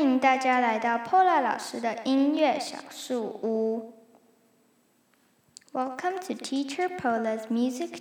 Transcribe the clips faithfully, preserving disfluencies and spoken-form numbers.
迎大家来到 Paula 老师的音乐小树屋。Welcome to Teacher Paula's Music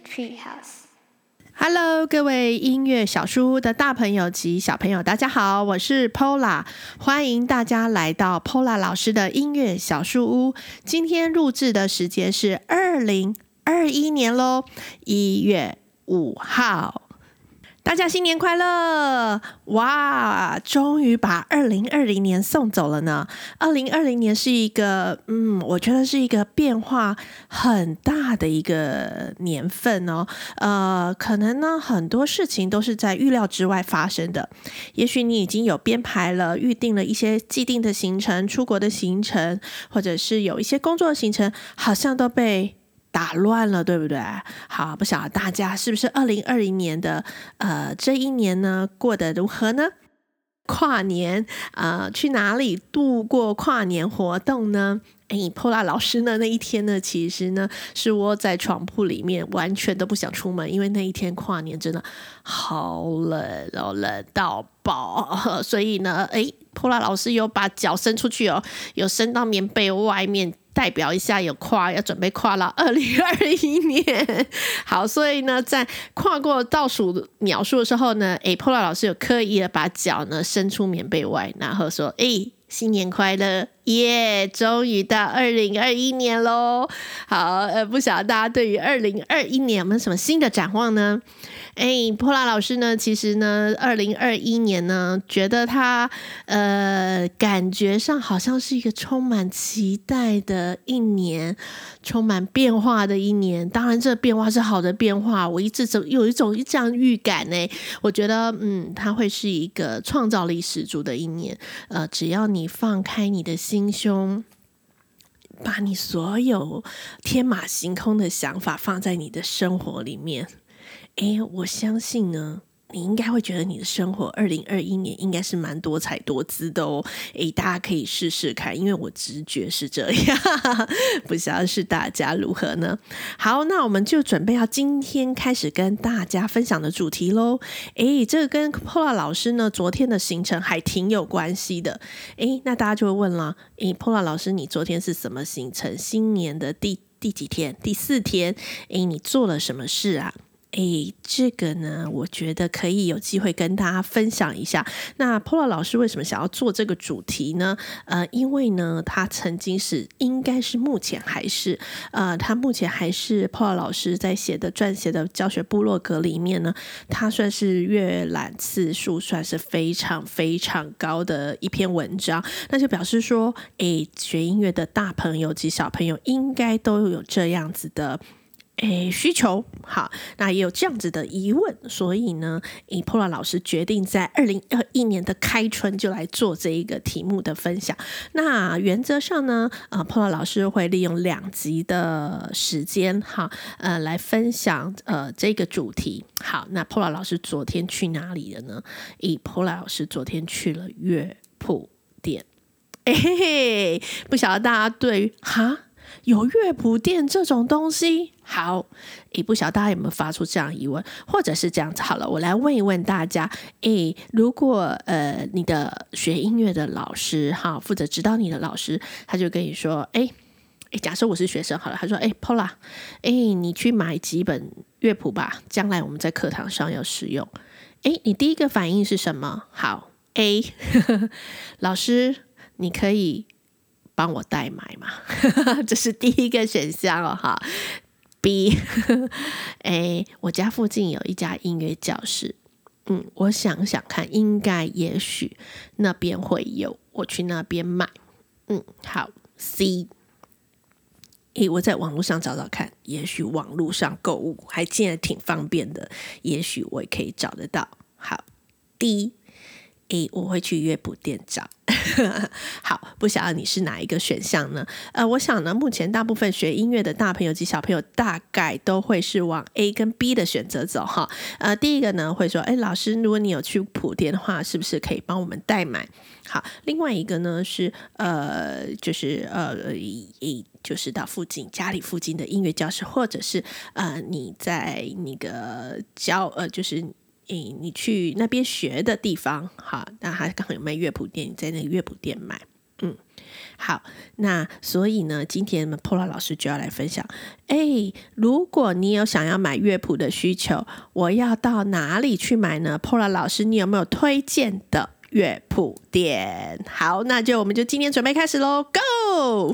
Treehouse。Hello， 各位音乐小树屋的大朋友及小朋友，大家好，我是 Paula， 欢迎大家来到 Paula 老师的音乐小树屋。今天录制的时间是二零二一年咯，一月五号。大家新年快乐！哇，终于把二零二零年送走了呢。二零二零年是一个，嗯，我觉得是一个变化很大的一个年份哦。呃，可能呢很多事情都是在预料之外发生的。也许你已经有编排了、预定了一些既定的行程、出国的行程，或者是有一些工作的行程，好像都被打乱了，对不对？好，不晓得大家是不是二零二零年的呃这一年呢过得如何呢？跨年呃去哪里度过跨年活动呢？哎 Paula 老师呢那一天呢其实呢是窝在床铺里面，完全都不想出门，因为那一天跨年真的好冷哦，冷到爆，所以呢哎 Paula 老师有把脚伸出去哦，有伸到棉被外面，代表一下有跨，要准备跨到二零二一年。好，所以呢在跨过倒数秒数的时候呢，诶 Paula 老师有刻意的把脚呢伸出棉被外，然后说诶新年快乐耶、yeah, 终于到二零二一年咯。好，呃，不晓得大家对于二零二一年有没有什么新的展望呢？哎 Paula 老师呢其实呢二零二一年呢觉得他呃感觉上好像是一个充满期待的一年，充满变化的一年。当然这个变化是好的变化，我一直有一种这样预感呢。我觉得嗯它会是一个创造力十足的一年。呃只要你放开你的心胸，把你所有天马行空的想法放在你的生活里面，诶，我相信呢你应该会觉得你的生活二零二一年应该是蛮多彩多姿的哦。诶，大家可以试试看，因为我直觉是这样，不知道是大家如何呢？好，那我们就准备要今天开始跟大家分享的主题咯。诶，这个跟 Paula 老师呢昨天的行程还挺有关系的。诶，那大家就会问了，诶 Paula 老师你昨天是什么行程？新年的第第几天？第四天。诶，你做了什么事啊？诶，这个呢我觉得可以有机会跟大家分享一下。那 Paula 老师为什么想要做这个主题呢？呃，因为呢他曾经是应该是目前还是呃，他目前还是 Paula 老师在写的撰写的教学部落格里面呢，他算是阅览次数算是非常非常高的一篇文章。那就表示说诶，学音乐的大朋友及小朋友应该都有这样子的诶需求。好，那也有这样子的疑问，所以呢 Paula 老师决定在二零二一年的开春就来做这一个题目的分享。那原则上呢呃 Paula 老师会利用两集的时间哈呃来分享呃这个主题。好，那 Paula 老师昨天去哪里了呢？ Paula 老师昨天去了乐谱店。嘿嘿嘿，不晓得大家对于哈有乐谱店这种东西，好，诶，不晓得大家有没有发出这样疑问，或者是这样子好了，我来问一问大家，诶，如果呃你的学音乐的老师哈，负责指导你的老师，他就跟你说，诶诶假设我是学生好了，他说，诶 Paula， 诶你去买几本乐谱吧，将来我们在课堂上要使用。诶你第一个反应是什么？好 A 老师你可以帮我代买嘛这是第一个选项哦哈。B 诶我家附近有一家音乐教室，嗯，我想想看，应该也许那边会有，我去那边买。嗯，好。C 诶我在网络上找找看，也许网络上购物还竟然挺方便的，也许我也可以找得到。好。D诶我会去乐谱店找好，不晓得你是哪一个选项呢？呃，我想呢，目前大部分学音乐的大朋友及小朋友大概都会是往 A 跟 B 的选择走哈。呃，第一个呢会说，哎，老师，如果你有去谱店的话，是不是可以帮我们代买？好，另外一个呢是呃，就是呃，就是到附近家里附近的音乐教室，或者是呃你在那个教呃就是。 诶，你去那边学的地方，好，那他刚好有卖乐谱店，你在那个乐谱店买，嗯，好，那所以呢，今天 Paula 老师就要来分享，诶，如果你有想要买乐谱的需求，我要到哪里去买呢？ Paula 老师，你有没有推荐的乐谱店？好，那就我们就今天准备开始咯 Go！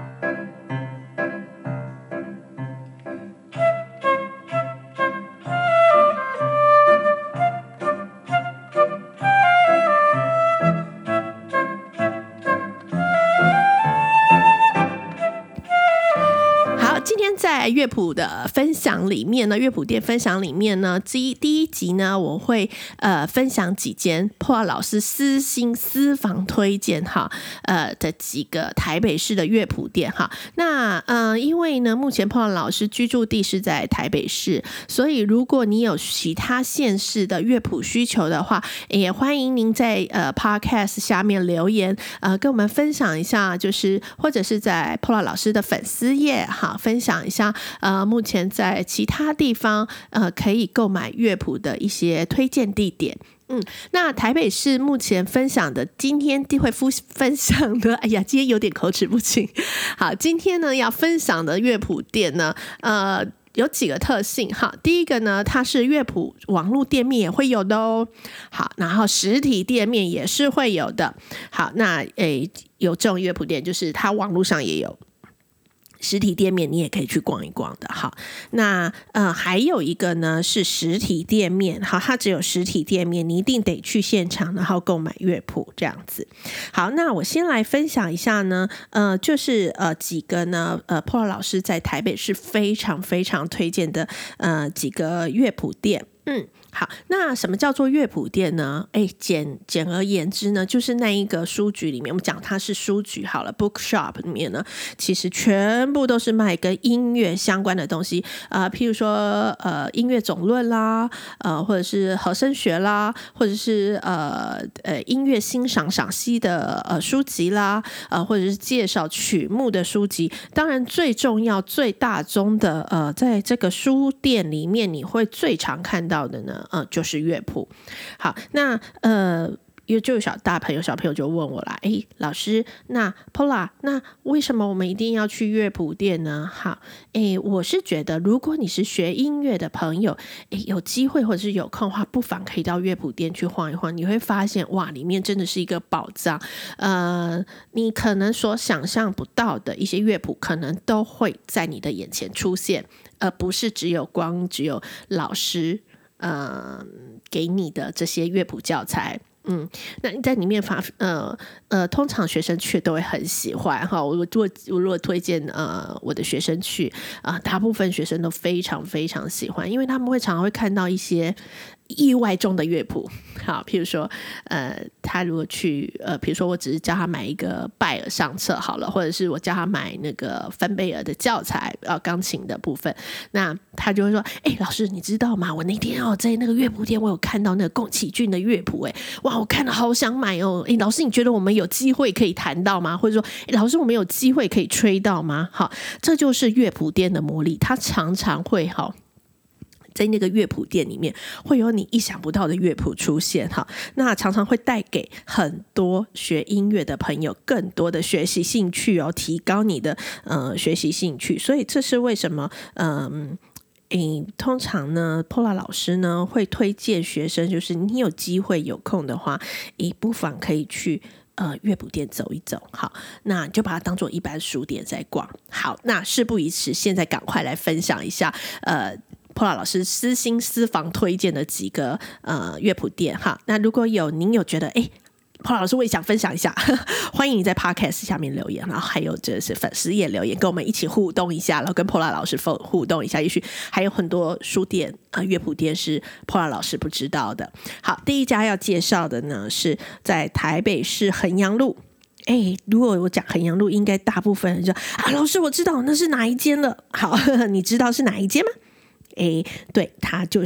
今天在乐谱的分享里面呢，乐谱店分享里面呢，第第一集呢，我会呃分享几间Paula老师私心私房推荐哈，呃的几个台北市的乐谱店哈。那呃，因为呢，目前Paula老师居住地是在台北市，所以如果你有其他县市的乐谱需求的话，也欢迎您在呃 Podcast 下面留言，呃，跟我们分享一下，就是或者是在Paula老师的粉丝页哈。分享一下，呃，目前在其他地方，呃，可以购买乐谱的一些推荐地点。嗯，那台北市目前分享的，今天会分享的，哎呀，今天有点口齿不清。好，今天呢要分享的乐谱店呢，呃。有几个特性哈，第一个呢，它是乐谱网络店面也会有的哦。好，然后实体店面也是会有的。好，那诶，有这种乐谱店，就是它网络上也有。实体店面你也可以去逛一逛的。好，那呃还有一个呢是实体店面，好，它只有实体店面，你一定得去现场然后购买乐谱这样子。好，那我先来分享一下呢，呃就是呃几个呢呃 Paula 老师在台北市非常非常推荐的呃几个乐谱店。嗯，好，那什么叫做乐谱店呢？哎，简简而言之呢，就是那一个书局里面，我们讲它是书局好了 ，bookshop 里面呢，其实全部都是卖跟音乐相关的东西啊、呃，譬如说呃音乐总论啦，呃或者是和声学啦，或者是呃呃音乐欣赏赏析的呃书籍啦，呃或者是介绍曲目的书籍。当然，最重要、最大宗的呃，在这个书店里面，你会最常看到。到的呢，呃，就是乐谱。好，那呃，有就有小大朋友、小朋友就问我啦，哎，老师，那 Paula， 那为什么我们一定要去乐谱店呢？好，哎，我是觉得，如果你是学音乐的朋友，哎，有机会或者是有空的话，不妨可以到乐谱店去晃一晃，你会发现，哇，里面真的是一个宝藏。呃，你可能所想象不到的一些乐谱，可能都会在你的眼前出现，而不是只有光只有老师。呃，给你的这些乐谱教材，嗯，那你在里面发，呃呃，通常学生去都会很喜欢哈。我如果我如果推荐呃我的学生去啊、呃，大部分学生都非常非常喜欢，因为他们会常常会看到一些意外中的乐谱。好，譬如说，呃，他如果去，呃，比如说我只是叫他买一个拜耳上册好了，或者是我叫他买那个芬贝尔的教材，呃，钢琴的部分，那他就会说，哎、欸，老师，你知道吗？我那天哦在那个乐谱店，我有看到那个宫崎骏的乐谱，哎，哇，我看了好想买哦。哎、欸，老师，你觉得我们有机会可以谈到吗？或者说，欸、老师，我们有机会可以吹到吗？好，这就是乐谱店的魔力，它常常会好。在那个乐谱店里面会有你意想不到的乐谱出现哈，那常常会带给很多学音乐的朋友更多的学习兴趣哦，提高你的呃学习兴趣，所以这是为什么嗯。诶，通常呢 Paula 老师呢会推荐学生，就是你有机会有空的话，诶，不妨可以去呃乐谱店走一走。好，那就把它当做一般书店在逛。好，那事不宜迟，现在赶快来分享一下呃Paula 老师私心私房推荐的几个呃乐谱店哈。那如果有您有觉得诶Paula 老师我也想分享一下，欢迎你在 Podcast 下面留言，然后还有就是粉丝页留言，跟我们一起互动一下，然后跟 Paula 老师互动一下，也许还有很多书店呃乐谱店是 Paula 老师不知道的。好，第一家要介绍的呢是在台北市衡阳路。哎，如果我讲衡阳路，应该大部分人就啊，老师我知道那是哪一间了。好，你知道是哪一间吗？哎，对，它就是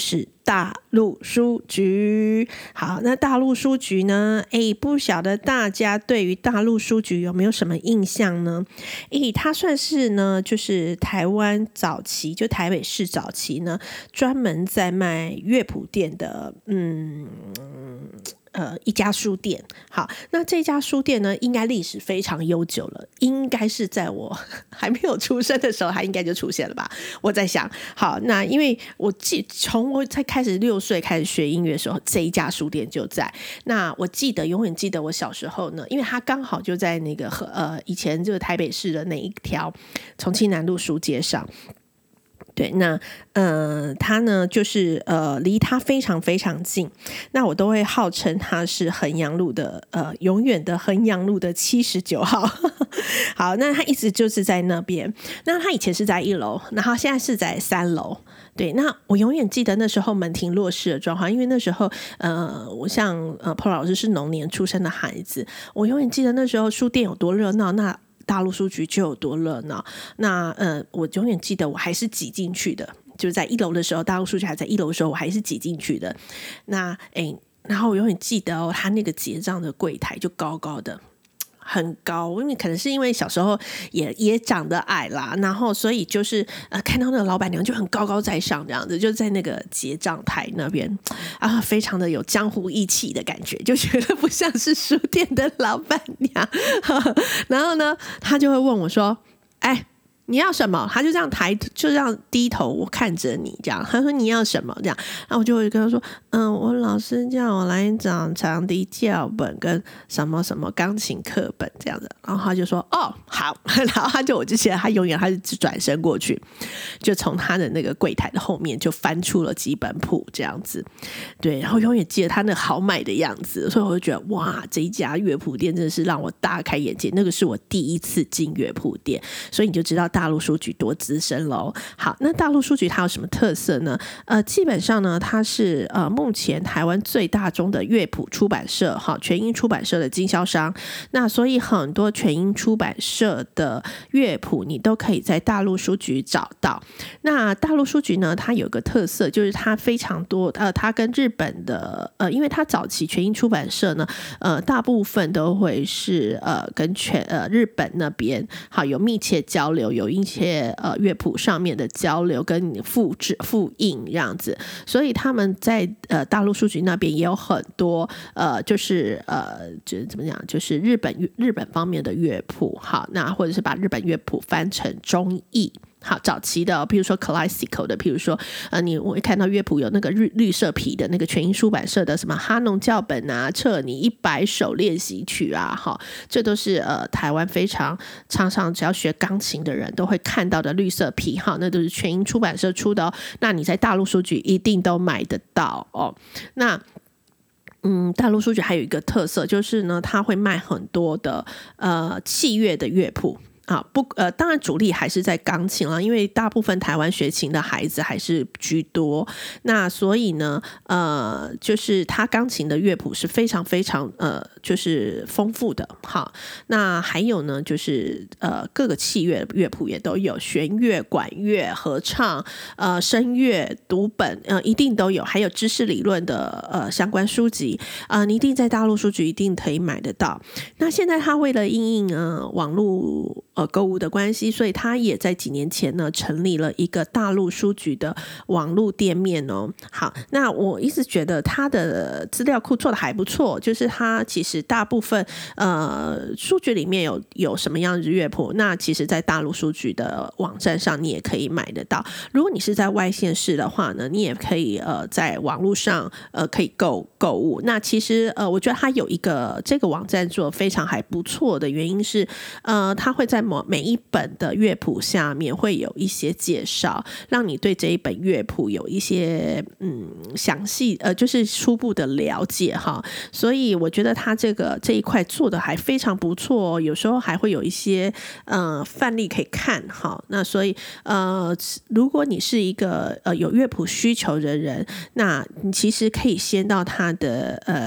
大陆书局。好，那大陆书局呢？诶，不晓得大家对于大陆书局有没有什么印象呢？诶，它算是呢，就是台湾早期，就台北市早期呢，专门在卖乐谱店的，嗯。呃，一家书店。好，那这家书店呢，应该历史非常悠久了，应该是在我还没有出生的时候，它应该就出现了吧？我在想，好，那因为我记从我才开始六岁开始学音乐的时候，这一家书店就在。那我记得，永远记得我小时候呢，因为它刚好就在那个呃以前就是台北市的那一条重庆南路书街上。对，那呃，它呢就是呃，离它非常非常近。那我都会号称它是衡阳路的呃，永远的衡阳路的七十九号。好，那它一直就是在那边。那它以前是在一楼，然后现在是在三楼。对，那我永远记得那时候门庭若市的状况，因为那时候呃，我像呃 Paul 老师是龙年出生的孩子，我永远记得那时候书店有多热闹。那大陆书局就有多热闹。那呃，我永远记得我还是挤进去的，就是在一楼的时候，大陆书局还在一楼的时候，我还是挤进去的。那诶，然后我永远记得哦，他那个结账的柜台就高高的。很高，因为可能是因为小时候也也长得矮啦，然后所以就是呃看到那个老板娘就很高高在上这样子，就在那个结账台那边啊，非常的有江湖义气的感觉，就觉得不像是书店的老板娘。然后呢，他就会问我说：“哎。”你要什么？他就这样抬，就这样低头，我看着你这样。他说你要什么？这样，然后我就会跟他说，嗯，我老师叫我来找长笛教本跟什么什么钢琴课本这样子。然后他就说，哦，好。然后他就我就记得他永远他就转身过去，就从他的那个柜台的后面就翻出了几本谱这样子。对，然后永远记得他那豪迈的样子，所以我就觉得哇，这一家乐谱店真的是让我大开眼界。那个是我第一次进乐谱店，所以你就知道大陆书局多资深咯。好，那大陆书局它有什么特色呢？呃，基本上呢，它是呃目前台湾最大宗的乐谱出版社，好，全英出版社的经销商。那所以很多全英出版社的乐谱，你都可以在大陆书局找到。那大陆书局呢，它有个特色，就是它非常多，呃，它跟日本的，呃，因为它早期全英出版社呢，呃，大部分都会是呃跟全呃日本那边好有密切交流，有一些呃乐谱上面的交流跟复制复印这样子，所以他们在呃大陆书局那边也有很多呃就是呃就怎么讲，就是日本日本方面的乐谱，好，那或者是把日本乐谱翻成中译。好，早期的、哦，比如说 classical 的，比如说呃，你我会看到乐谱有那个绿绿色皮的那个全英出版社的什么哈农教本啊、彻尼一百首练习曲啊，哈，这都是呃台湾非常常常只要学钢琴的人都会看到的绿色皮，哈，那都是全英出版社出的哦。那你在大陆书局一定都买得到哦。那嗯，大陆书局还有一个特色就是呢，它会卖很多的呃器乐的乐谱。啊，不，呃，当然主力还是在钢琴啦，因为大部分台湾学琴的孩子还是居多。那所以呢，呃，就是他钢琴的乐谱是非常非常呃，就是丰富的。好，那还有呢，就是呃，各个器乐乐谱也都有，弦乐、管乐、合唱、呃，声乐、读本，呃，一定都有。还有知识理论的呃相关书籍，呃，你一定在大陆书局一定可以买得到。那现在他为了因应呃网络呃，购物的关系，所以他也在几年前呢成立了一个大陆书局的网络店面哦。好，那我一直觉得他的资料库做的还不错，就是他其实大部分呃书局里面有有什么样的乐谱，那其实在大陆书局的网站上你也可以买得到。如果你是在外县市的话呢，你也可以呃在网络上呃可以购购物。那其实呃我觉得他有一个这个网站做得非常还不错的原因是呃他会在每一本的乐谱下面会有一些介绍，让你对这一本乐谱有一些嗯详细呃就是初步的了解哈。所以我觉得他这个这一块做的还非常不错哦，有时候还会有一些呃范例可以看哈。那所以呃如果你是一个呃有乐谱需求的人，那你其实可以先到他的呃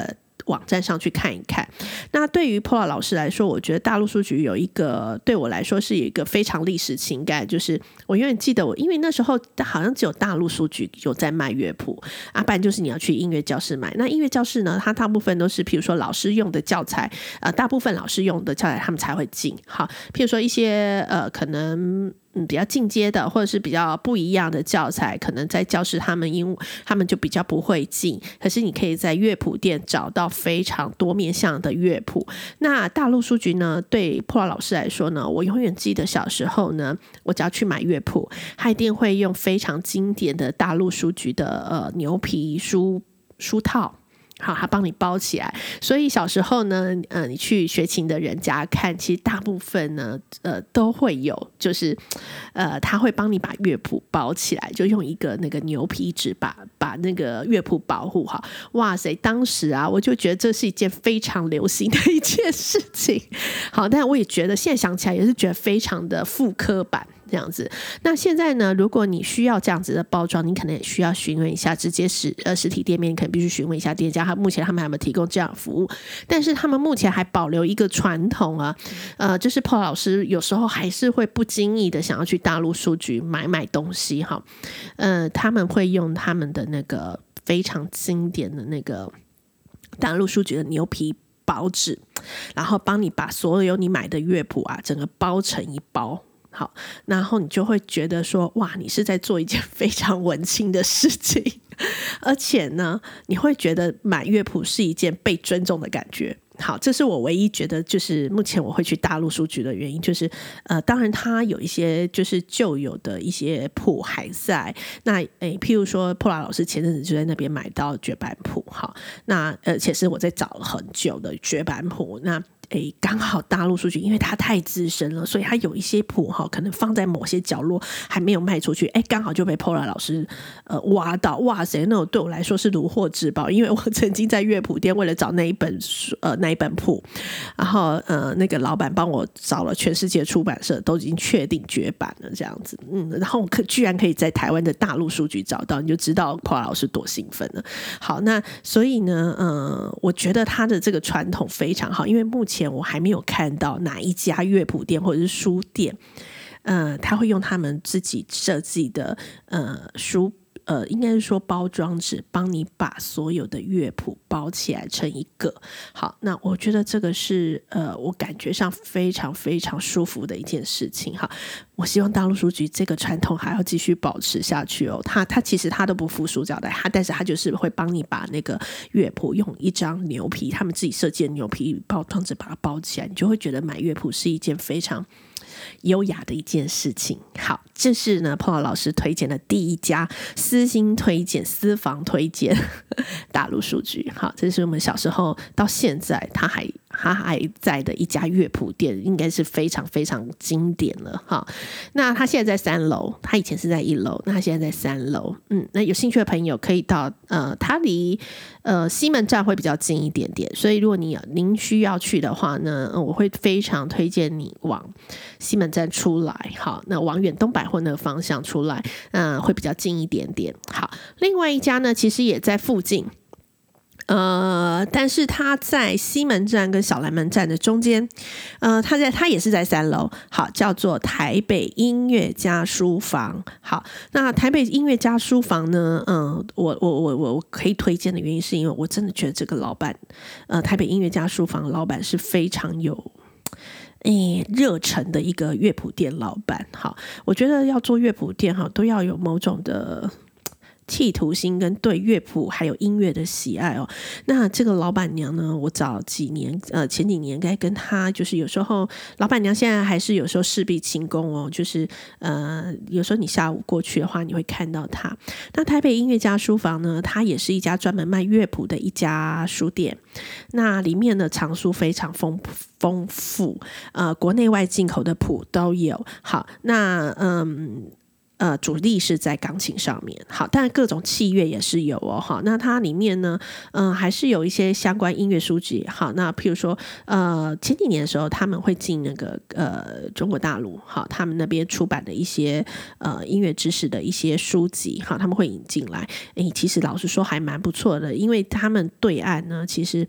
网站上去看一看。那对于 Paula 老师来说，我觉得大陆书局有一个对我来说是一个非常历史情感，就是我永远记得我，因为那时候好像只有大陆书局有在卖乐谱啊，不然就是你要去音乐教室买。那音乐教室呢，它大部分都是譬如说老师用的教材，呃，大部分老师用的教材他们才会进。好，譬如说一些呃可能嗯，比较进阶的或者是比较不一样的教材，可能在教室他们因为他们就比较不会进，可是你可以在乐谱店找到非常多面向的乐谱。那大陆书局呢，对 Paula 老师来说呢，我永远记得小时候呢，我只要去买乐谱，他一定会用非常经典的大陆书局的呃牛皮书书套，好，他帮你包起来。所以小时候呢，呃，你去学琴的人家看，其实大部分呢，呃，都会有，就是呃，他会帮你把乐谱包起来，就用一个那个牛皮纸把把那个乐谱保护好。哇塞，当时啊，我就觉得这是一件非常流行的一件事情。好，但我也觉得现在想起来也是觉得非常的复刻版。这样子，那现在呢？如果你需要这样子的包装，你可能也需要询问一下，直接实呃实体店面，你可能必须询问一下店家，他目前他们还有没有提供这样的服务？但是他们目前还保留一个传统啊，呃，就是 Paula 老师有时候还是会不经意的想要去大陆书局买买东西哈，呃，他们会用他们的那个非常经典的那个大陆书局的牛皮薄纸，然后帮你把所有你买的乐谱啊，整个包成一包。好，然后你就会觉得说，哇，你是在做一件非常文青的事情，而且呢，你会觉得买乐谱是一件被尊重的感觉。好，这是我唯一觉得就是目前我会去大陆书局的原因，就是呃，当然它有一些就是旧有的一些谱还在，那诶，譬如说 Paula 老师前阵子就在那边买到绝版谱，好，那而且是我在找了很久的绝版谱，那诶，刚好大陆书局因为它太资深了，所以它有一些谱哈，可能放在某些角落还没有卖出去，诶，刚好就被 Paula 老师呃挖到，哇塞，那对我来说是如获至宝，因为我曾经在乐谱店为了找那一本书呃那一本谱，然后呃那个老板帮我找了全世界出版社都已经确定绝版了这样子，嗯，然后可居然可以在台湾的大陆书局找到，你就知道 Paula 老师多兴奋了。好，那所以呢，呃，我觉得他的这个传统非常好，因为目前我还没有看到哪一家乐谱店或者是书店，呃，他会用他们自己设计的呃书。呃，应该是说包装纸帮你把所有的乐谱包起来成一个。好，那我觉得这个是呃，我感觉上非常非常舒服的一件事情哈。我希望大陆书局这个传统还要继续保持下去哦。他他其实他都不附塑胶袋，他但是他就是会帮你把那个乐谱用一张牛皮，他们自己设计的牛皮包装纸把它包起来，你就会觉得买乐谱是一件非常优雅的一件事情。好，这是呢 Paula 老师推荐的第一家私心推荐私房推荐大陆书局。好，这是我们小时候到现在他还他还在的一家乐谱店，应该是非常非常经典了哈。那他现在在三楼，他以前是在一楼，那他现在在三楼。嗯，那有兴趣的朋友可以到呃，他离呃西门站会比较近一点点，所以如果你您需要去的话呢，呃、我会非常推荐你往西门站出来。好，那往远东百货那个方向出来，呃，会比较近一点点。好，另外一家呢，其实也在附近。呃，但是它在西门站跟小南门站的中间，呃，它在它也是在三楼，好，叫做台北音乐家书房。好，那台北音乐家书房呢，嗯、呃，我我我我可以推荐的原因是因为我真的觉得这个老板，呃，台北音乐家书房的老板是非常有。诶，热忱的一个乐谱店老板。好，我觉得要做乐谱店哈，都要有某种的企图心跟对乐谱还有音乐的喜爱哦。那这个老板娘呢，我早几年呃前几年该跟她就是有时候老板娘现在还是有时候事必勤工哦，就是呃有时候你下午过去的话，你会看到她。那台北音乐家书房呢，它也是一家专门卖乐谱的一家书店。那里面的藏书非常丰丰富，呃，国内外进口的谱都有。好，那嗯。呃，主力是在钢琴上面，好，当然各种器乐也是有哦，好，那它里面呢，嗯、呃，还是有一些相关音乐书籍，好，那譬如说，呃，前几年的时候，他们会进那个呃中国大陆，好，他们那边出版的一些呃音乐知识的一些书籍，好，他们会引进来，诶，其实老实说还蛮不错的，因为他们对岸呢，其实。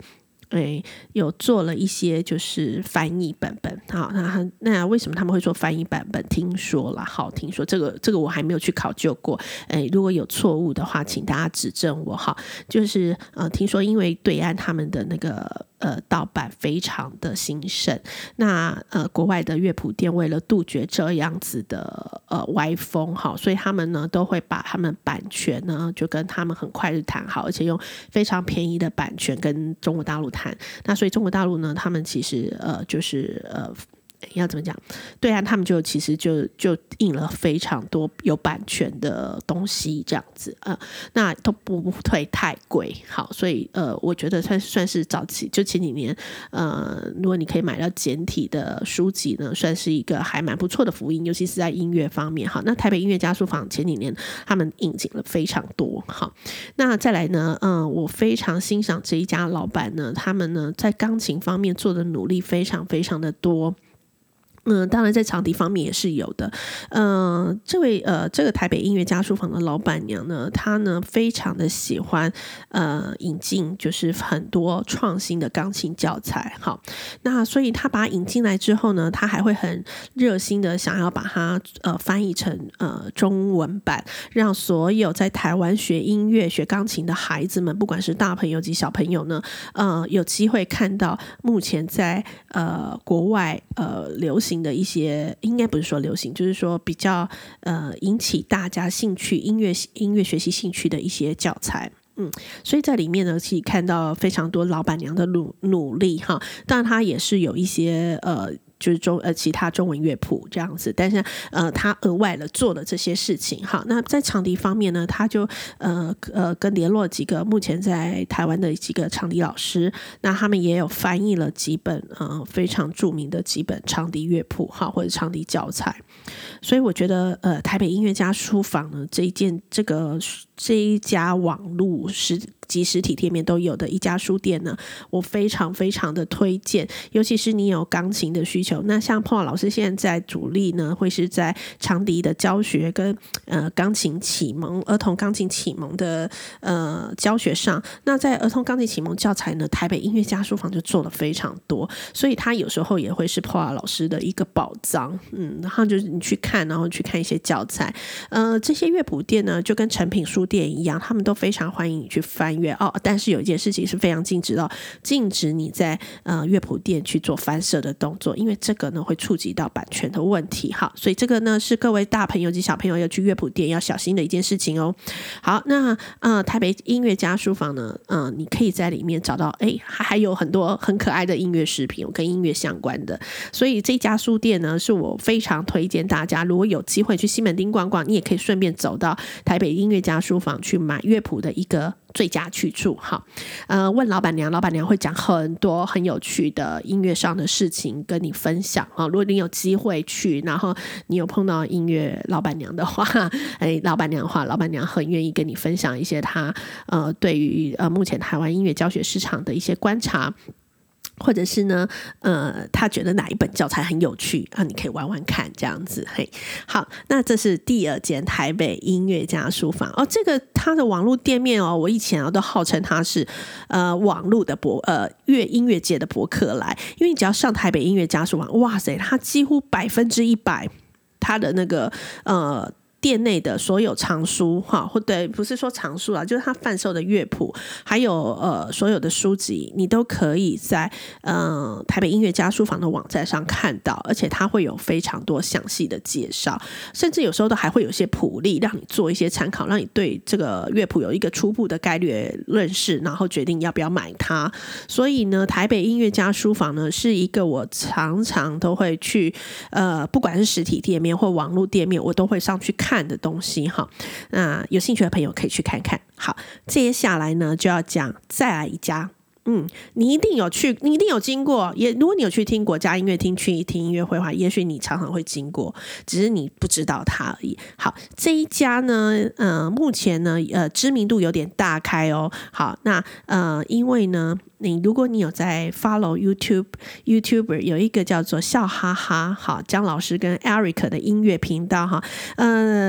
诶，有做了一些就是翻译版本。好，那那为什么他们会做翻译版本？听说啦，好，听说这个这个我还没有去考究过。诶，如果有错误的话，请大家指正我。好，就是呃，听说因为对岸他们的那个呃盗版非常的兴盛，那呃国外的乐谱店为了杜绝这样子的呃歪风，好，所以他们呢都会把他们版权呢就跟他们很快就谈好，而且用非常便宜的版权跟中国大陆谈。那所以中国大陆呢，他们其实呃就是呃。要怎么讲？对啊，他们就其实就就印了非常多有版权的东西，这样子，呃，那都不会太贵。好，所以呃，我觉得算算是早期，就前几年，呃，如果你可以买到简体的书籍呢，算是一个还蛮不错的福音，尤其是在音乐方面。好，那台北音乐家书坊前几年他们引进了非常多。好，那再来呢，嗯、呃，我非常欣赏这一家老板呢，他们呢在钢琴方面做的努力非常非常的多。嗯，当然在场地方面也是有的。嗯、呃，这位呃，这个台北音乐家书坊的老板娘呢，她呢非常的喜欢呃引进就是很多创新的钢琴教材。好，那所以她把它引进来之后呢，她还会很热心的想要把它呃翻译成呃中文版，让所有在台湾学音乐、学钢琴的孩子们，不管是大朋友及小朋友呢，呃，有机会看到目前在呃国外呃流行的一些，应该不是说流行，就是说比较呃引起大家兴趣音乐音乐学习兴趣的一些教材。嗯，所以在里面呢，可以看到非常多老板娘的努努力哈。当然，它也是有一些呃。就是中呃其他中文乐谱这样子，但是呃他额外的做了这些事情。好，那在场地方面呢，他就呃呃跟联络几个目前在台湾的几个场地老师，那他们也有翻译了几本呃非常著名的几本场地乐谱哈或者场地教材。所以我觉得呃台北音乐家书坊呢这一件这个这一家网络实及实体店面都有的一家书店呢，我非常非常的推荐，尤其是你有钢琴的需求。那像Paul老师现在主力呢，会是在长笛的教学跟呃钢琴启蒙、儿童钢琴启蒙的呃教学上。那在儿童钢琴启蒙教材呢，台北音乐家书坊就做了非常多，所以他有时候也会是Paul老师的一个宝藏。嗯，然后就是你去看，然后去看一些教材。呃，这些乐谱店呢，就跟诚品书店一样，他们都非常欢迎你去翻阅哦。但是有一件事情是非常禁止的，禁止你在呃乐谱店去做翻摄的动作，因为这个呢会触及到版权的问题。好，所以这个呢是各位大朋友及小朋友要去乐谱店要小心的一件事情哦。好，那呃台北音乐家书坊呢，呃你可以在里面找到，哎，还有很多很可爱的音乐饰品，跟音乐相关的。所以这家书店呢，是我非常推荐大家，如果有机会去西门町逛逛，你也可以顺便走到台北音乐家书坊去买乐谱的一个最佳去处。好，呃，问老板娘，老板娘会讲很多很有趣的音乐上的事情跟你分享啊。如果你有机会去，然后你有碰到音乐老板娘的话，哎，老板娘的话，老板娘很愿意跟你分享一些她呃对于呃目前台湾音乐教学市场的一些观察。或者是呢，呃，他觉得哪一本教材很有趣啊，你可以玩玩看这样子。嘿，好，那这是第二间台北音乐家书坊哦。这个它的网络店面哦，我以前啊都号称它是呃网络的博呃乐音乐界的博客来，因为你只要上台北音乐家书坊，哇塞，它几乎百分之一百，它的那个呃。店内的所有藏书哈，或对，不是说藏书啦，就是他贩售的乐谱，还有呃所有的书籍，你都可以在呃台北音乐家书坊的网站上看到，而且它会有非常多详细的介绍，甚至有时候都还会有些谱例让你做一些参考，让你对这个乐谱有一个初步的概略认识，然后决定要不要买它。所以呢，台北音乐家书坊呢是一个我常常都会去呃不管是实体店面或网络店面，我都会上去看看的东西哈，那有兴趣的朋友可以去看看。好，接下来呢就要讲再来一家，嗯，你一定有去，你一定有经过，也如果你有去听国家音乐厅去听音乐会的话，也许你常常会经过，只是你不知道它而已。好，这一家呢，呃，目前呢，呃，知名度有点大开哦。好，那呃，因为呢。你如果你有在 follow YouTube YouTuber 有一个叫做笑哈哈好江老师跟 Eric 的音乐频道哈，呃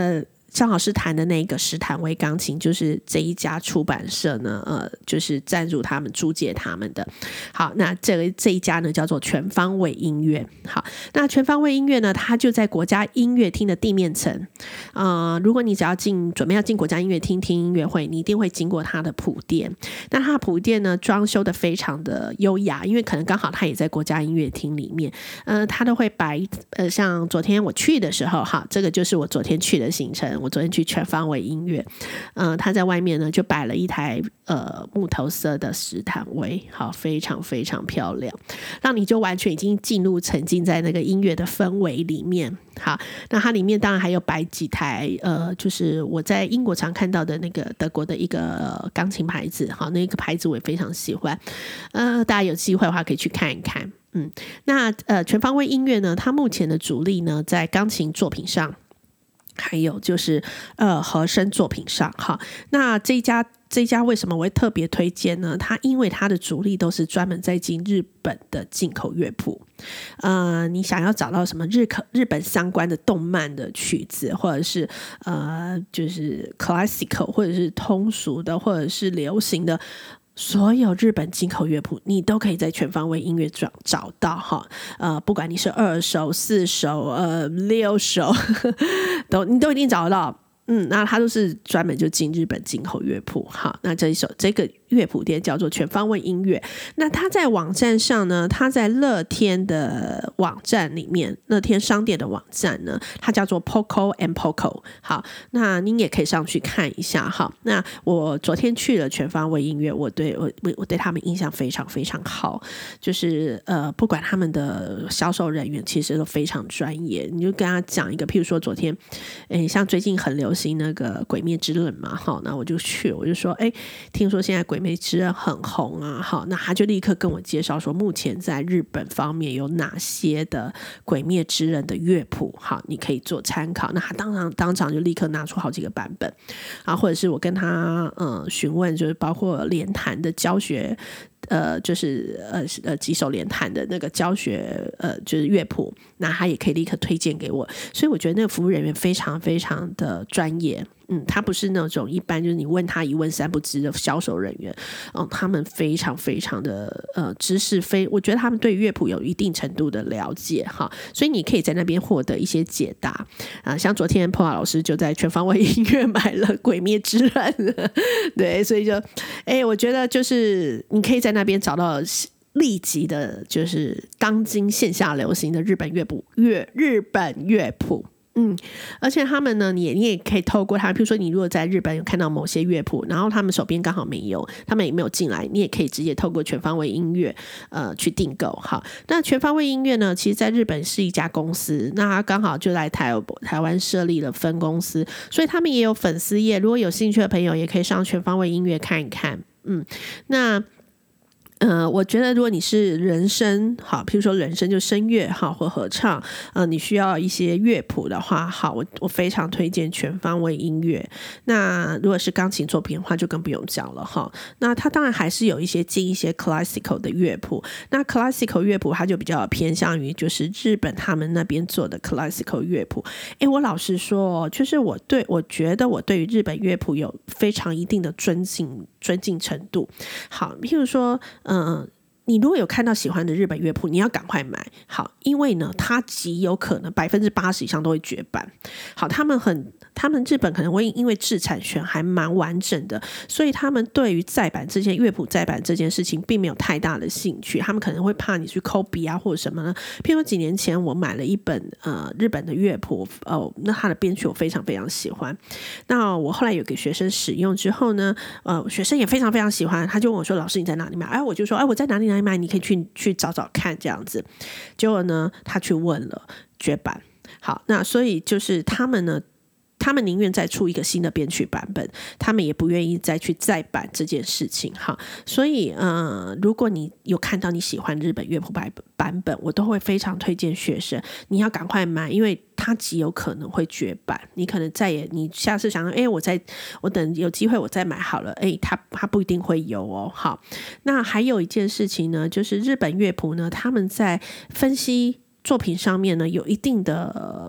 张老师弹的那个史坦威钢琴，就是这一家出版社呢，呃，就是赞助他们、租借他们的。好，那这个这一家呢叫做全方位音乐。好，那全方位音乐呢，它就在国家音乐厅的地面层。呃，如果你只要进准备要进国家音乐厅听音乐会，你一定会经过它的普店。那它的普店呢，装修的非常的优雅，因为可能刚好它也在国家音乐厅里面。呃，它都会摆，呃，像昨天我去的时候，哈，这个就是我昨天去的行程。我昨天去全方位音乐，呃，他在外面呢就摆了一台呃木头色的史坦威，好，非常非常漂亮，让你就完全已经进入沉浸在那个音乐的氛围里面。好，那它里面当然还有摆几台呃，就是我在英国常看到的那个德国的一个钢琴牌子，好，那个牌子我也非常喜欢，呃，大家有机会的话可以去看一看。嗯，那呃全方位音乐呢，它目前的主力呢在钢琴作品上。还有就是呃和声作品上，哈，那这一家这一家为什么我会特别推荐呢？它因为它的主力都是专门在进日本的进口乐谱，呃，你想要找到什么日日本相关的动漫的曲子，或者是呃就是 classical， 或者是通俗的，或者是流行的。所有日本进口乐谱你都可以在全方位音乐找找到哈，呃，不管你是二手、四手、呃六手，都你都一定找得到。嗯，那它都是专门就进日本进口乐谱。好，那这一首这个乐谱店叫做全方位音乐。那它在网站上呢，它在乐天的网站里面，乐天商店的网站呢，它叫做 Poco and Poco。好，那您也可以上去看一下哈。那我昨天去了全方位音乐，我对我我对他们印象非常非常好，就是呃，不管他们的销售人员其实都非常专业。你就跟他讲一个，譬如说昨天，诶，像最近很流行那个鬼灭之刃嘛，好，那我就去，我就说，哎，听说现在鬼灭之刃很红啊，好，那他就立刻跟我介绍说，目前在日本方面有哪些的鬼灭之刃的乐谱，好，你可以做参考。那他当场当场就立刻拿出好几个版本啊，或者是我跟他呃询问，就是包括连弹的教学。呃，就是呃呃几首连弹的那个教学呃就是乐谱，那他也可以立刻推荐给我，所以我觉得那个服务人员非常非常的专业。嗯，他不是那种一般就是你问他一问三不知的销售人员，嗯，他们非常非常的呃知识非，我觉得他们对乐谱有一定程度的了解哈，所以你可以在那边获得一些解答啊、呃。像昨天 Paula 老师就在全方位音乐买了《鬼灭之刃》，对，所以就哎，我觉得就是你可以在那边找到。立即的，就是当今线下流行的日本乐谱，乐日本乐谱。嗯，而且他们呢，你也你也可以透过他，比如说你如果在日本有看到某些乐谱，然后他们手边刚好没有，他们也没有进来，你也可以直接透过全方位音乐呃去订购。好，那全方位音乐呢，其实在日本是一家公司，那他刚好就来台台湾设立了分公司，所以他们也有粉丝页，如果有兴趣的朋友也可以上全方位音乐看一看。嗯，那。呃，我觉得如果你是人声，好，譬如说人声就声乐，好，或合唱，呃，你需要一些乐谱的话，好，我我非常推荐全方位音乐。那如果是钢琴作品的话，就更不用讲了哈。那它当然还是有一些进一些 classical 的乐谱，那 classical 乐谱它就比较偏向于就是日本他们那边做的 classical 乐谱。诶，我老实说，就是我对我觉得我对于日本乐谱有非常一定的尊敬尊敬程度。好，譬如说。嗯，你如果有看到喜欢的日本乐谱，你要赶快买。好，因为呢，它极有可能百分之八十以上都会绝版。好，他们很，他们日本可能会因为制产权还蛮完整的，所以他们对于再版这件乐谱再版这件事情并没有太大的兴趣。他们可能会怕你去 copy 啊，或者什么呢？譬如说几年前我买了一本呃日本的乐谱，哦，那它的编曲我非常非常喜欢。那我后来有给学生使用之后呢，呃，学生也非常非常喜欢，他就问我说：“老师你在哪里买？”哎，我就说：“哎，我在哪里哪里买，你可以去去找找看这样子。”结果呢，他去问了绝版。好，那所以就是他们呢。他们宁愿再出一个新的编曲版本，他们也不愿意再去再版这件事情哈。所以呃，如果你有看到你喜欢日本乐谱版本，我都会非常推荐学生你要赶快买，因为它极有可能会绝版。你可能再也你下次想说，哎，我再我等有机会我再买好了，哎，它它不一定会有哦。好，那还有一件事情呢，就是日本乐谱呢，他们在分析作品上面呢有一定的。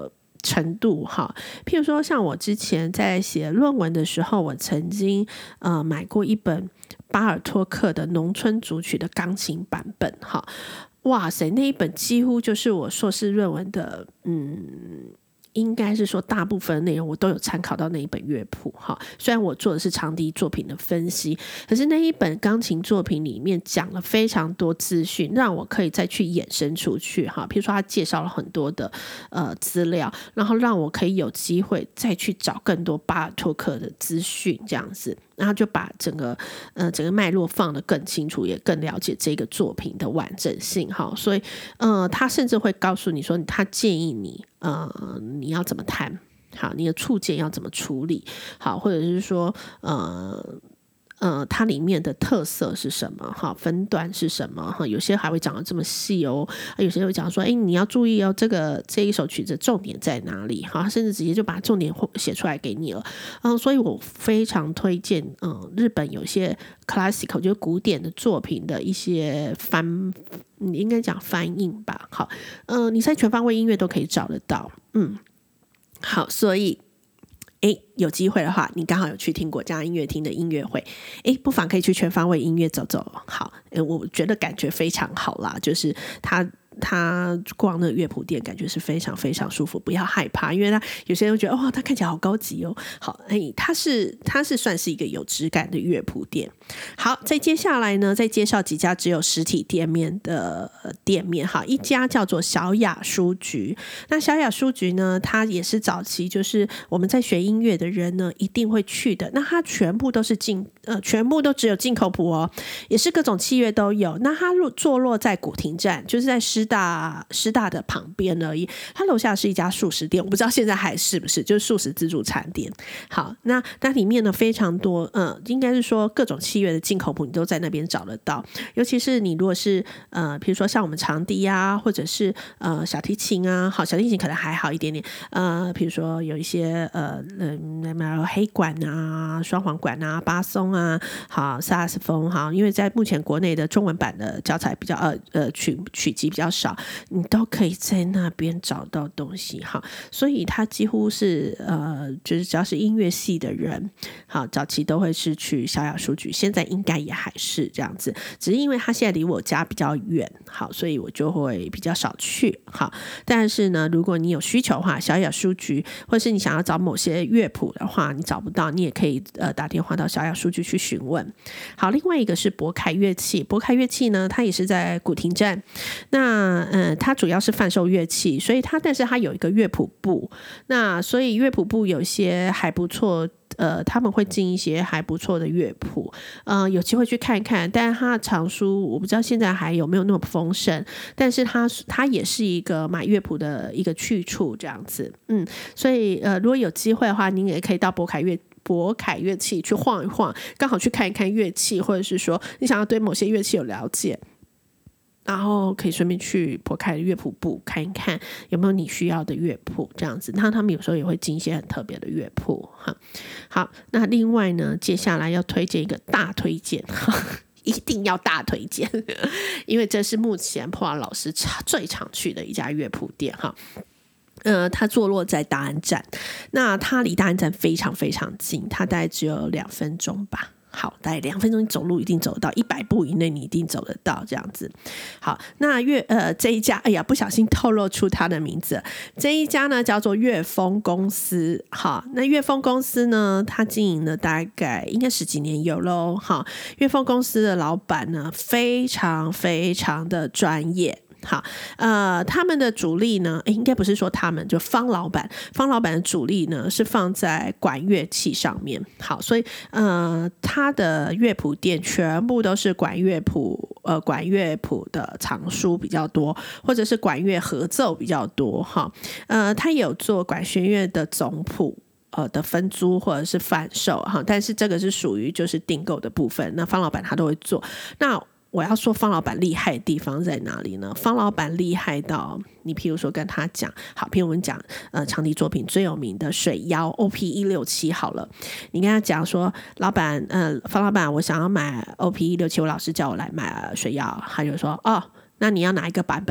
程度哈。譬如说像我之前在写论文的时候，我曾经呃买过一本巴尔托克的农村组曲的钢琴版本哈。哇塞，那一本几乎就是我硕士论文的嗯应该是说大部分内容我都有参考到那一本乐谱哈。虽然我做的是长笛作品的分析，可是那一本钢琴作品里面讲了非常多资讯，让我可以再去衍生出去哈。比如说他介绍了很多的呃资料，然后让我可以有机会再去找更多巴尔托克的资讯这样子，然后就把整个呃整个脉络放得更清楚，也更了解这个作品的完整性哈。所以呃他甚至会告诉你说，他建议你呃你要怎么弹好，你的触键要怎么处理好，或者是说呃呃，它里面的特色是什么哈，分段是什么哈，有些还会讲得这么细哦，有些会讲说，哎，你要注意哦，这个这一首曲子重点在哪里哈，甚至直接就把重点写出来给你了，嗯，所以我非常推荐，嗯，日本有些 classical 就是古典的作品的一些翻，你应该讲翻译吧，好，嗯，你在全方位音乐都可以找得到，嗯，好，所以。诶，有机会的话，你刚好有去听国家音乐厅的音乐会，诶，不妨可以去全方位音乐走走。好，我觉得感觉非常好啦，就是它他逛那个乐谱店感觉是非常非常舒服，不要害怕，因为他有些人觉得哇，他看起来好高级哦。好，哎，他是他是算是一个有质感的乐谱店。好，再接下来呢，再介绍几家只有实体店面的店面。好，一家叫做小雅书局。那小雅书局呢，它也是早期就是我们在学音乐的人呢一定会去的。那它全部都是进呃，全部都只有进口谱哦，也是各种器乐都有。那它坐落在古亭站，就是在师大师大的旁边而已。它楼下是一家素食店，我不知道现在还是不是，就是素食自助餐店。好，那那里面呢非常多，呃，应该是说各种器乐的进口谱你都在那边找得到。尤其是你如果是呃，比如说像我们长笛啊，或者是呃小提琴啊，好，小提琴可能还好一点点。呃，比如说有一些呃，嗯，黑管啊、双簧管啊、巴松啊，好，萨克斯风，好，因为在目前国内的中文版的教材比较呃呃曲曲集比较少，你都可以在那边找到东西，好，所以它几乎是呃，就是只要是音乐系的人，好，早期都会是去小雅书局，现在应该也还是这样子，只是因为它现在离我家比较远，好，所以我就会比较少去，好，但是呢，如果你有需求的话，小雅书局，或是你想要找某些乐谱的话，你找不到，你也可以呃打电话到小雅书局去询问。好，另外一个是博凯乐器，博凯乐器呢，它也是在古亭站，那呃，它主要是贩售乐器，所以它但是它有一个乐谱部，那所以乐谱部有一些还不错。呃，他们会进一些还不错的乐谱，呃，有机会去看看。但是它的藏书我不知道现在还有没有那么丰盛，但是它它也是一个买乐谱的一个去处，这样子。嗯，所以呃，如果有机会的话，您也可以到博凯乐博凯乐器去晃一晃，刚好去看一看乐器，或者是说你想要对某些乐器有了解。然后可以顺便去博凯乐谱部看一看有没有你需要的乐谱，这样子。那他们有时候也会进一些很特别的乐谱哈。好，那另外呢，接下来要推荐一个大推荐，一定要大推荐，因为这是目前破瓦老师最常去的一家乐谱店哈。呃，它坐落在大安站，那它离大安站非常非常近，它大概只有两分钟吧。好，大概两分钟你走路一定走得到，一百步以内你一定走得到，这样子。好，那乐呃这一家，哎呀，不小心透露出他的名字，这一家呢叫做乐丰公司。好，那乐丰公司呢，他经营了大概应该十几年有咯。好，乐丰公司的老板呢非常非常的专业。好，呃，他们的主力呢，应该不是说他们，就方老板，方老板的主力呢是放在管乐器上面。好，所以呃，他的乐谱店全部都是管乐谱，呃，管乐谱的藏书比较多，或者是管乐合奏比较多。哈，呃，他有做管弦乐的总谱。呃的分租或者是贩售哈，但是这个是属于就是订购的部分，那方老板他都会做。那我要说方老板厉害的地方在哪里呢？方老板厉害到你譬如说跟他讲，好，譬如我们讲呃长笛作品最有名的水妖 O P 一六七 好了，你跟他讲说，老板呃方老板我想要买 O P 一六七，我老师叫我来买水妖，他就说哦，那你要哪一个版本的？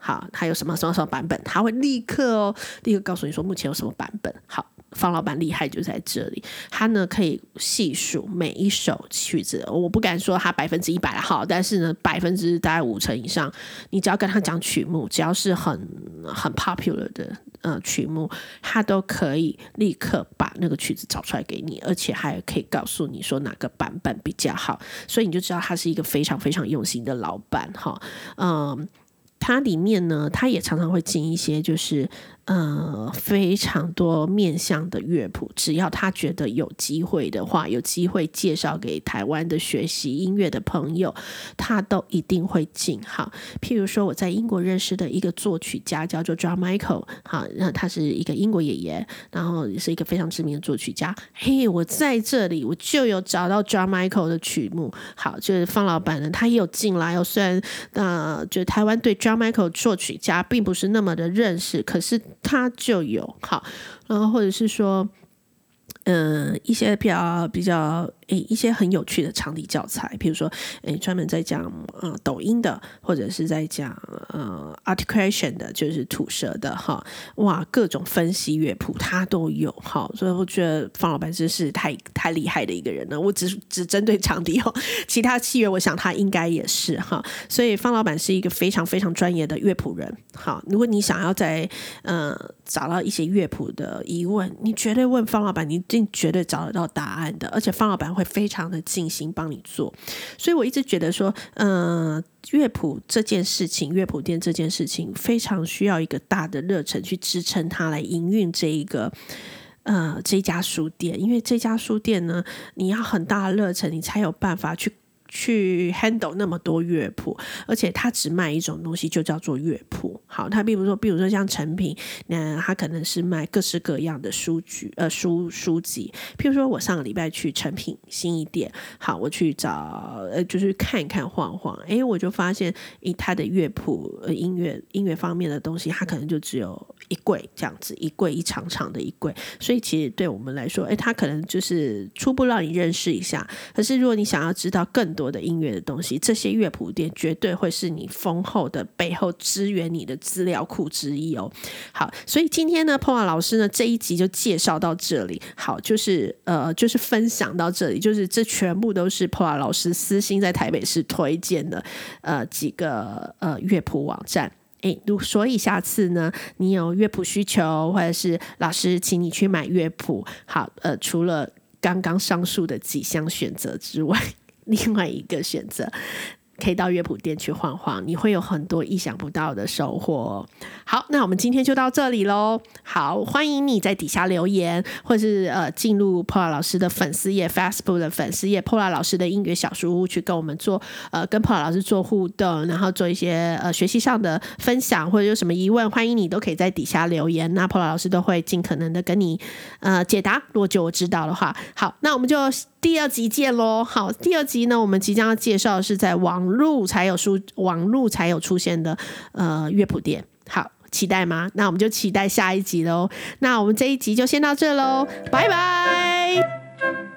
好，它有什么什么什么版本，他会立刻哦，立刻告诉你说目前有什么版本。好，方老板厉害就在这里，他呢可以细数每一首曲子，我不敢说他百分之一百好，但是呢百分之大概五成以上，你只要跟他讲曲目，只要是很很 popular 的呃曲目，他都可以立刻把那个曲子找出来给你，而且还可以告诉你说哪个版本比较好，所以你就知道他是一个非常非常用心的老板哈，嗯。它里面呢，它也常常会进一些就是呃非常多面向的乐谱，只要他觉得有机会的话，有机会介绍给台湾的学习音乐的朋友，他都一定会进。好，譬如说我在英国认识的一个作曲家叫做 John Michael， 好，他是一个英国爷爷，然后也是一个非常知名的作曲家。嘿，我在这里我就有找到 John Michael 的曲目，好，就是方老板呢，他也有进来哦。虽然呃，就台湾对 John Michael 作曲家并不是那么的认识，可是他就有好，然后或者是说，嗯、呃，一些比较比较诶一些很有趣的场地教材，比如说诶专门在讲呃抖音的，或者是在讲呃 articulation 的，就是吐舌的哈，哇，各种分析乐谱他都有哈，所以我觉得方老板真是太太厉害的一个人了。我只只针对场地哦，其他器乐我想他应该也是哈，所以方老板是一个非常非常专业的乐谱人。好，如果你想要在呃找到一些乐谱的疑问，你绝对问方老板，你一定绝对找得到答案的，而且方老板会非常的尽心帮你做。所以我一直觉得说呃乐谱这件事情，乐谱店这件事情非常需要一个大的热忱去支撑它来营运这一个呃这家书店，因为这家书店呢，你要很大的热忱，你才有办法去去 handle 那么多乐谱，而且他只卖一种东西，就叫做乐谱。好，他比如说，比如说像成品，那他可能是卖各式各样的书局，呃，书书籍。譬如说，我上个礼拜去成品新一店，好，我去找，呃，就是看一看晃晃，哎，我就发现，诶，他的乐谱、呃，音乐音乐方面的东西，他可能就只有一柜这样子，一柜一长长的一柜。所以其实对我们来说，哎，他可能就是初步让你认识一下。可是如果你想要知道更多的音乐的东西，这些乐谱店绝对会是你丰厚的背后支援你的资料库之一哦。好，所以今天呢 Paula 老师呢这一集就介绍到这里。好，就是呃就是分享到这里，就是这全部都是 Paula 老师私心在台北市推荐的呃几个呃乐谱网站。诶，所以下次呢，你有乐谱需求，或者是老师请你去买乐谱，好，呃，除了刚刚上述的几项选择之外，另外一个选择可以到乐谱店去晃晃，你会有很多意想不到的收获。好，那我们今天就到这里咯。好，欢迎你在底下留言，或是呃进入 Paula 老师的粉丝页 Facebook 的粉丝页 Paula 老师的音乐小书屋，去跟我们做呃跟 Paula 老师做互动，然后做一些呃学习上的分享，或者有什么疑问，欢迎你都可以在底下留言，那 Paula 老师都会尽可能的跟你呃解答，如果就我知道的话。好，那我们就第二集见咯。好，第二集呢，我们即将要介绍的是在网路才有书网路才有出现的呃乐谱店。好，期待吗？那我们就期待下一集咯。那我们这一集就先到这咯，拜拜。